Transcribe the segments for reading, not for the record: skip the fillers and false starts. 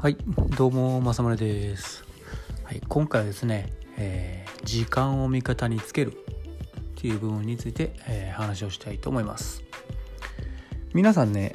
はい、どうも正宗です。はい、今回はですね、時間を味方につけるっていう部分について、話をしたいと思います。皆さんね、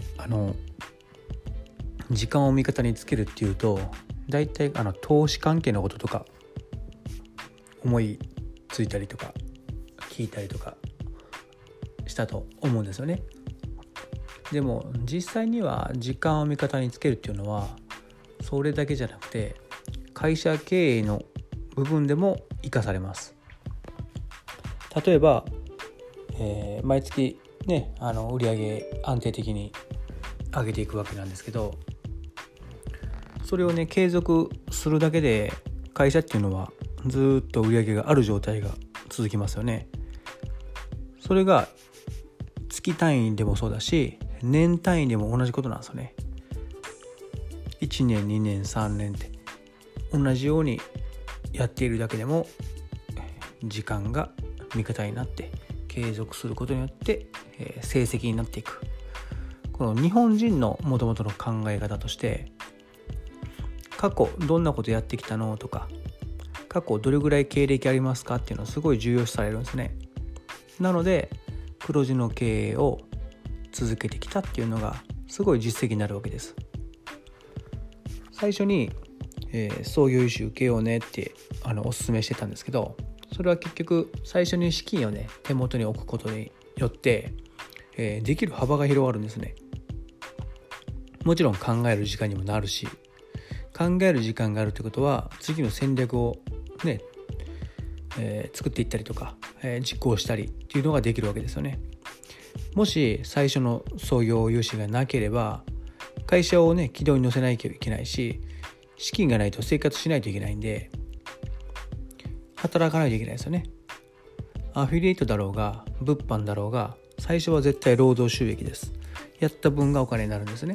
時間を味方につけるっていうと、だいたい投資関係のこととか思いついたりとか聞いたりとかしたと思うんですよね。でも実際には時間を味方につけるっていうのはそれだけじゃなくて会社経営の部分でも生かされます。例えば、毎月ね売上安定的に上げていくわけなんですけど、それをね継続するだけで会社っていうのはずっと売上がある状態が続きますよね。それが月単位でもそうだし年単位でも同じことなんですよね。1年2年3年って同じようにやっているだけでも時間が味方になって継続することによって成績になっていく。この日本人の元々の考え方として過去どんなことやってきたのとか過去どれぐらい経歴ありますかっていうのはすごい重要視されるんですね。なので黒字の経営を続けてきたっていうのがすごい実績になるわけです。最初に、創業融資受けようねってお勧めしてたんですけど、それは結局最初に資金をね手元に置くことによって、できる幅が広がるんですね。もちろん考える時間にもなるし、考える時間があるってことは次の戦略をね、作っていったりとか、実行したりっていうのができるわけですよね。もし最初の創業融資がなければ会社をね軌道に乗せないといけないし、資金がないと生活しないといけないんで働かないといけないですよね。アフィリエイトだろうが物販だろうが最初は絶対労働収益です。やった分がお金になるんですね。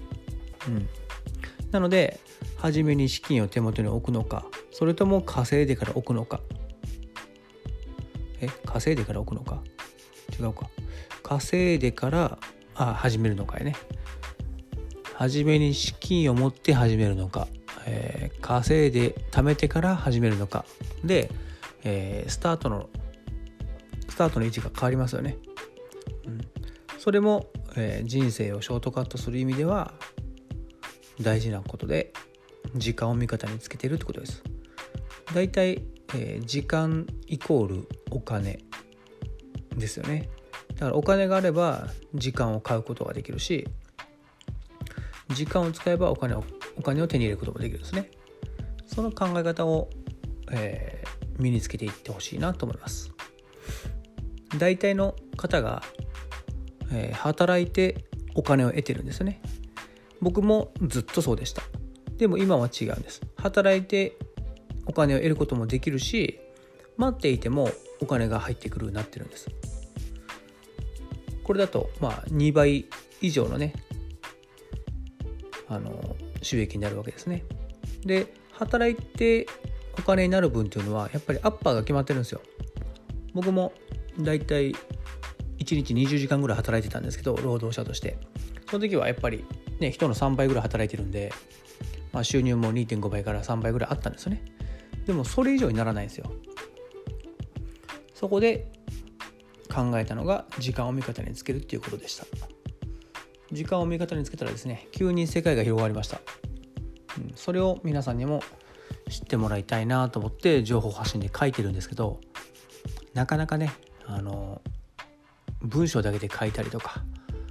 なので初めに資金を手元に置くのか、それとも稼いでから置くのか。稼いでから置くのか、違うか、稼いでから始めるのかやね。初めに資金を持って始めるのか、稼いで貯めてから始めるのかで、スタートの位置が変わりますよね。それも、人生をショートカットする意味では大事なことで、時間を味方につけているってことです。だいたい時間イコールお金ですよね。だからお金があれば時間を買うことができるし、時間を使えばお金を手に入れることもできるんですね。その考え方を、身につけていってほしいなと思います。大体の方が、働いてお金を得てるんですね。僕もずっとそうでした。でも今は違うんです。働いてお金を得ることもできるし、待っていてもお金が入ってくるようになってるんです。これだと2倍以上のね収益になるわけですね。で働いてお金になる分というのはやっぱりアッパーが決まってるんですよ。僕もだいたい1日20時間ぐらい働いてたんですけど、労働者として。その時はやっぱりね人の3倍ぐらい働いてるんで、収入も 2.5 倍から3倍ぐらいあったんですよね。でもそれ以上にならないんですよ。そこで考えたのが時間を味方につけるっていうことでした。時間を味方につけたらですね、急に世界が広がりました。それを皆さんにも知ってもらいたいなと思って情報発信で書いてるんですけど、なかなかね文章だけで書いたりとか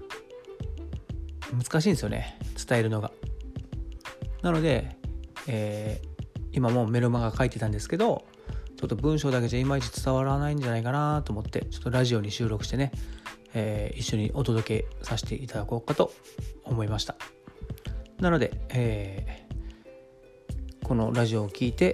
難しいんですよね、伝えるのが。なので、今もメルマガ書いてたんですけど、ちょっと文章だけじゃいまいち伝わらないんじゃないかなと思ってちょっとラジオに収録してね、一緒にお届けさせていただこうかと思いました。なので、このラジオを聞いて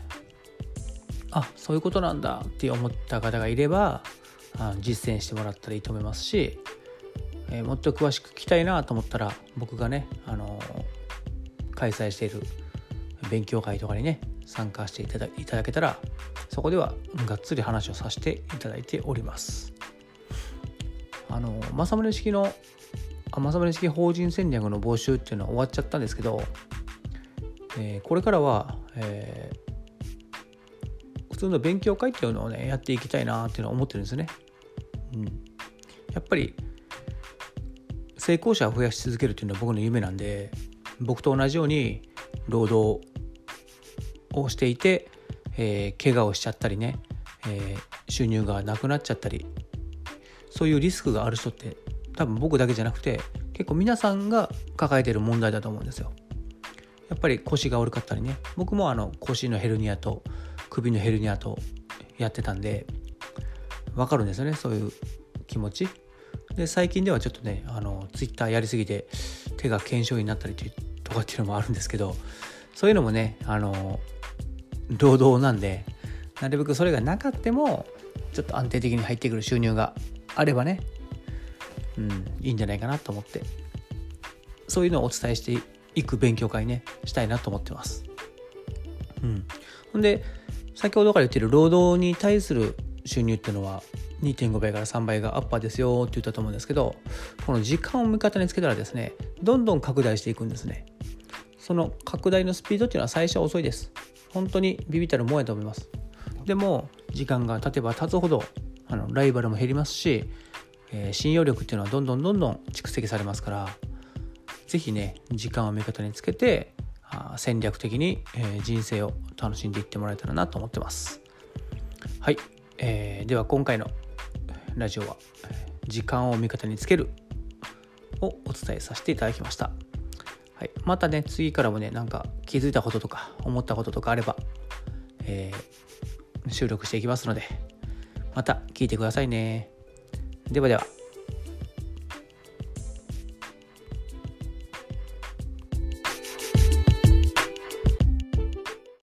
そういうことなんだって思った方がいれば実践してもらったらいいと思いますし、もっと詳しく聞きたいなと思ったら僕がね、開催している勉強会とかにね参加していただけたら、そこではがっつり話をさせていただいております。正宗式法人戦略の募集っていうのは終わっちゃったんですけど、 これからは、普通の勉強会っていうのをねやっていきたいなっていうのは思ってるんですね。やっぱり成功者を増やし続けるっていうのは僕の夢なんで、僕と同じように労働をしていて、怪我をしちゃったりね、収入がなくなっちゃったり、そういうリスクがある人って多分僕だけじゃなくて結構皆さんが抱えている問題だと思うんですよ。やっぱり腰が悪かったりね、僕も腰のヘルニアと首のヘルニアとやってたんで分かるんですよね、そういう気持ちで。最近ではちょっとねツイッターやりすぎて手が腱鞘炎になったりとかっていうのもあるんですけど、そういうのもね労働なんで、なるべくそれがなかってもちょっと安定的に入ってくる収入があればね、いいんじゃないかなと思って、そういうのをお伝えしていく勉強会ねしたいなと思ってます。ほんで先ほどから言っている労働に対する収入っていうのは 2.5 倍から3倍がアッパーですよって言ったと思うんですけど、この時間を味方につけたらですね、どんどん拡大していくんですね。その拡大のスピードっていうのは最初は遅いです。本当にビビったるもんやと思います。でも時間が経てば経つほどライバルも減りますし、信用力っていうのはどんどん蓄積されますから、ぜひね時間を味方につけて戦略的に人生を楽しんでいってもらえたらなと思ってます。はい、では今回のラジオは時間を味方につけるをお伝えさせていただきました。はい、またね次からもねなんか気づいたこととか思ったこととかあれば、収録していきますのでまた聞いてくださいね。ではでは。